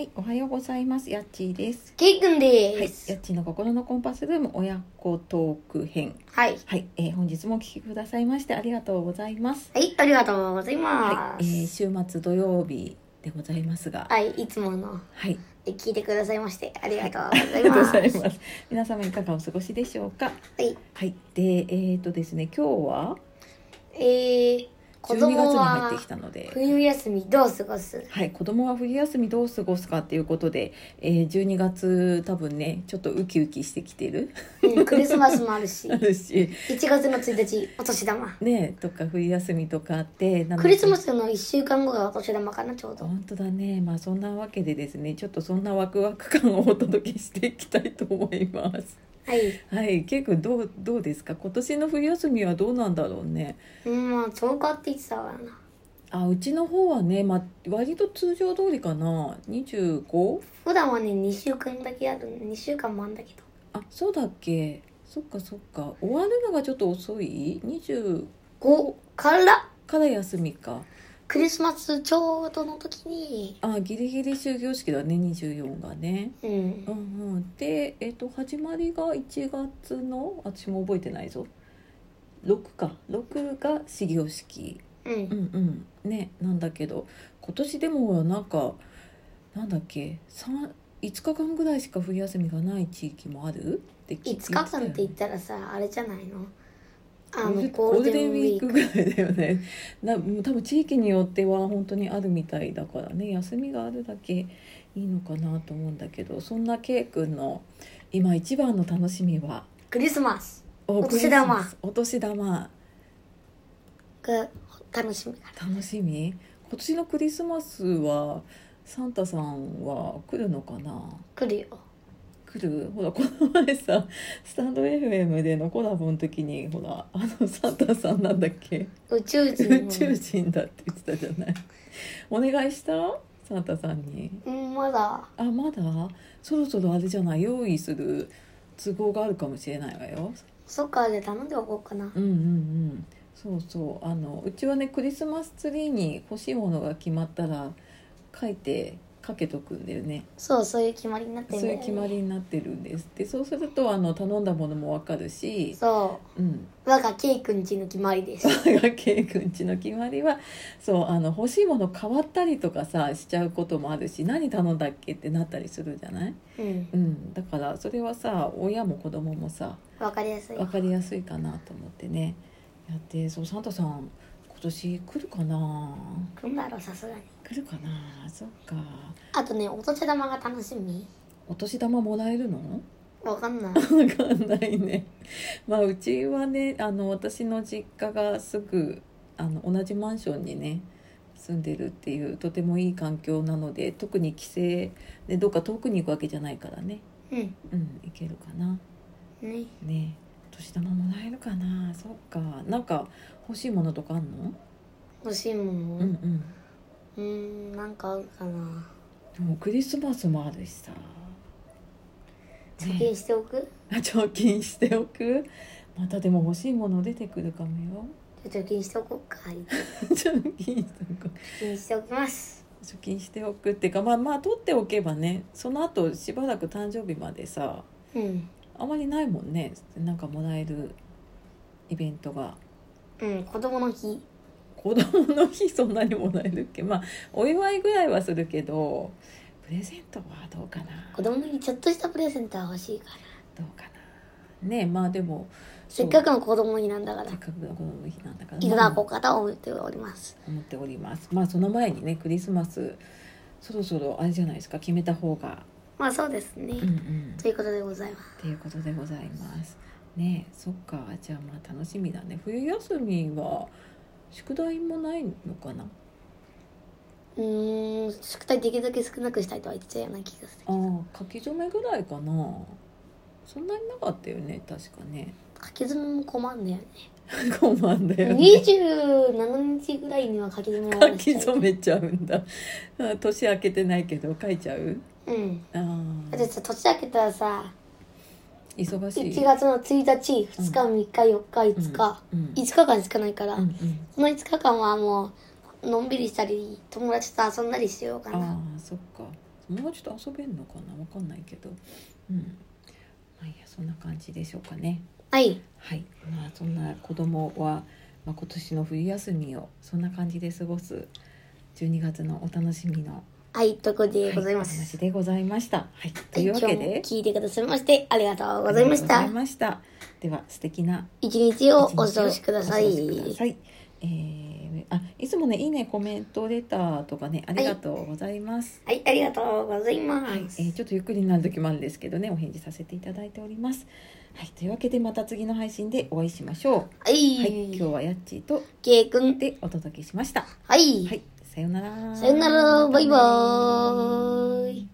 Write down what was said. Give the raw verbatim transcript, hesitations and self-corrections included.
はい、おはようございます。やっちーです。 ケイくんはい、 です。 やっちーの心のコンパスルーム親子トーク編。 はい。 はい、えー本日もお聞きくださいましてありがとうございます。 はい、ありがとうございはい、 ます。 えー週末土曜日でございますが、 はい、いつものはい、 で聞いてくださいましてありがとうあございりがとうごます。 ざいます。皆様いかがお過ごしでしょうか。 はい、 はい、で、えっ、とですね、今日はえー、子じゅうにがつ供に入っはてきたので、 冬休みどう過ごす？ はい、子供は冬休みどう過ごすかっていうことで、えー、じゅうにがつ多分ねちょっとウキウキしてきてるうん、クリスマスもあるしあるしいちがつのついたちお年玉ねとか冬休みとかあってクリスマスのいっしゅうかんごがお年玉かなちょうど。 本当だね。まあそんなわけでですね、ちょっとそんなワクワク感をお届けしていきたいと思いますはい、 はい、ケイ君どうどうですか？今年の冬休みはどうなんだろうね。 うんまあそうかって言ってたからな。 あ、うちの方はね、まあ、割と通常通りかな。 にじゅうご？ 普段はねにしゅうかんだけあるにしゅうかんもあるんだけど。 あ、そうだっけ。そっかそっか、終わるのがちょっと遅い。にじゅうごからから休みか。 クリスマスちょうどの時に、 あ、ギリギリ終業式だね、にじゅうよんがね。 うん、 うんうん。で、えっと始まりがいちがつの、私も覚えてないぞ、ろくか、ろくが始業式。 うんうんうんね、なんだけど今年でもなんかなんだっけ、いつかかんぐらいしか冬休みがない地域もあるって聞いいつかかんって言ったらさあれじゃないの、あのゴールデンウィークぐクらいだよね。な多分地域によっては本当にあるみたいだからね、休みがあるだけいいのかなと思うんだけど、そんな K 君の今一番の楽しみはクリスマスおお年玉クリスマスお年玉が楽しみだ。 楽しみ。今年のクリスマスはサンタさんは来るのかな。 来るよ。 来る。ほらこの前さスタンド エフエム でのコラボの時にほらあのサンタさんなんだっけ、 宇宙人宇宙人だって言ってたじゃない。お願いしたサンタさんに。 うんまだ。 あ、まだそろそろあれじゃない、用意する都合があるかもしれないわよ。 そっかで頼んでおこうかな。 うんうんうん、そうそう、あのうちはねクリスマスツリーに欲しいものが決まったら書いてかけとくんだよね。 そうそういう決まりになってるんだよね。 そういう決まりになってるんです。でそうするとあの頼んだものも分かるし、 そううん我がケイくんちの決まりです我がK君ちの決まりはそう、あの欲しいもの変わったりとかさしちゃうこともあるし、何頼んだっけってなったりするじゃない。 うんうん、だからそれはさ親も子供もさわかりやすい。 分かりやすいかなと思ってねやって。そう、サンタさん今年来るかな。 来んだろさすがに。 来るかな。そっか。 あとねお年玉が楽しみ。 お年玉もらえるの？ わかんない分かんないね。まあうちはね、あの私の実家がすぐあの同じマンションにね住んでるっていうとてもいい環境なので、特に帰省でどっか遠くに行くわけじゃないからね、 うんうん行けるかな。 ね。 ね、お年玉もらえるかな。そっか。なんか欲しいものとかあんの？ 欲しいもの、 うんうんうーんなんかあるかな。 でもクリスマスもあるしさ、 貯金しておく、 あ貯金しておく。またでも欲しいもの出てくるかもよ。 じゃあ貯金しておこうか。 貯金しておく。 貯金しておきます。 貯金しておくっていうか、まあまあ取っておけばね、その後しばらく誕生日までさうんあまりないもんね、なんかもらえるイベントが。 うん子供の日。 子供の日そんなにもらえるっけ。まあお祝いぐらいはするけどプレゼントはどうかな。 子供の日ちょっとしたプレゼントは欲しいからどうかなね。まあでもせっかくの子供の日なんだからせっかくの子供の日なんだからいただこうかと思っております。 思っております。まあその前にねクリスマスそろそろあれじゃないですか、決めた方が。 まあそうですね、 うんうんということでございます。 っていうことでございますね。そっか。じゃあまあ楽しみだね。冬休みは宿題もないのかな。 うーん宿題できるだけ少なくしたいとは言ってたような気がする。 ああ、書き初めぐらいかな。そんなになかったよね確かね。 書き初めも困んだよね。 困んだよね。 にじゅうしちにちぐらいには書き初めを書き初めちゃうんだ。あ、年明けてないけど書いちゃう。 うんあだってさ年明けたらさ忙しい。 いちがつのついたちふつかみっかよっかいつか、 うんうんいつかかんしかないから、 うんうん、 このいつかかんはもうのんびりしたり友達と遊んだりしようかな。 ああそっか。 友達と遊べんのかな、わかんないけど、うん、まあいいや、そんな感じでしょうかね。 はいはい、まあそんな子供は、まあ、今年の冬休みをそんな感じで過ごすじゅうにがつのお楽しみのはいとこでございまはい、おす、 話でございました。はい、というわけ今日もで聞いてくださいましてありがとうございましありがとうござたいました。では素敵な一日を一日をお過ごしくださいお過ごしください。えー、あ、いつもねいいねコメントレターとかねありがとうございます。 はい、ありがとうございます、 はい、えー、ちょっとゆっくりになる時もあるんですけどね、お返事させていただいております。はい、というわけでまた次の配信でお会いしましょう。 はい、 はい、今日はやっちーとケイくんでお届けしました。 はい、 はい、さようなら。 さよならバイバまたねーイ。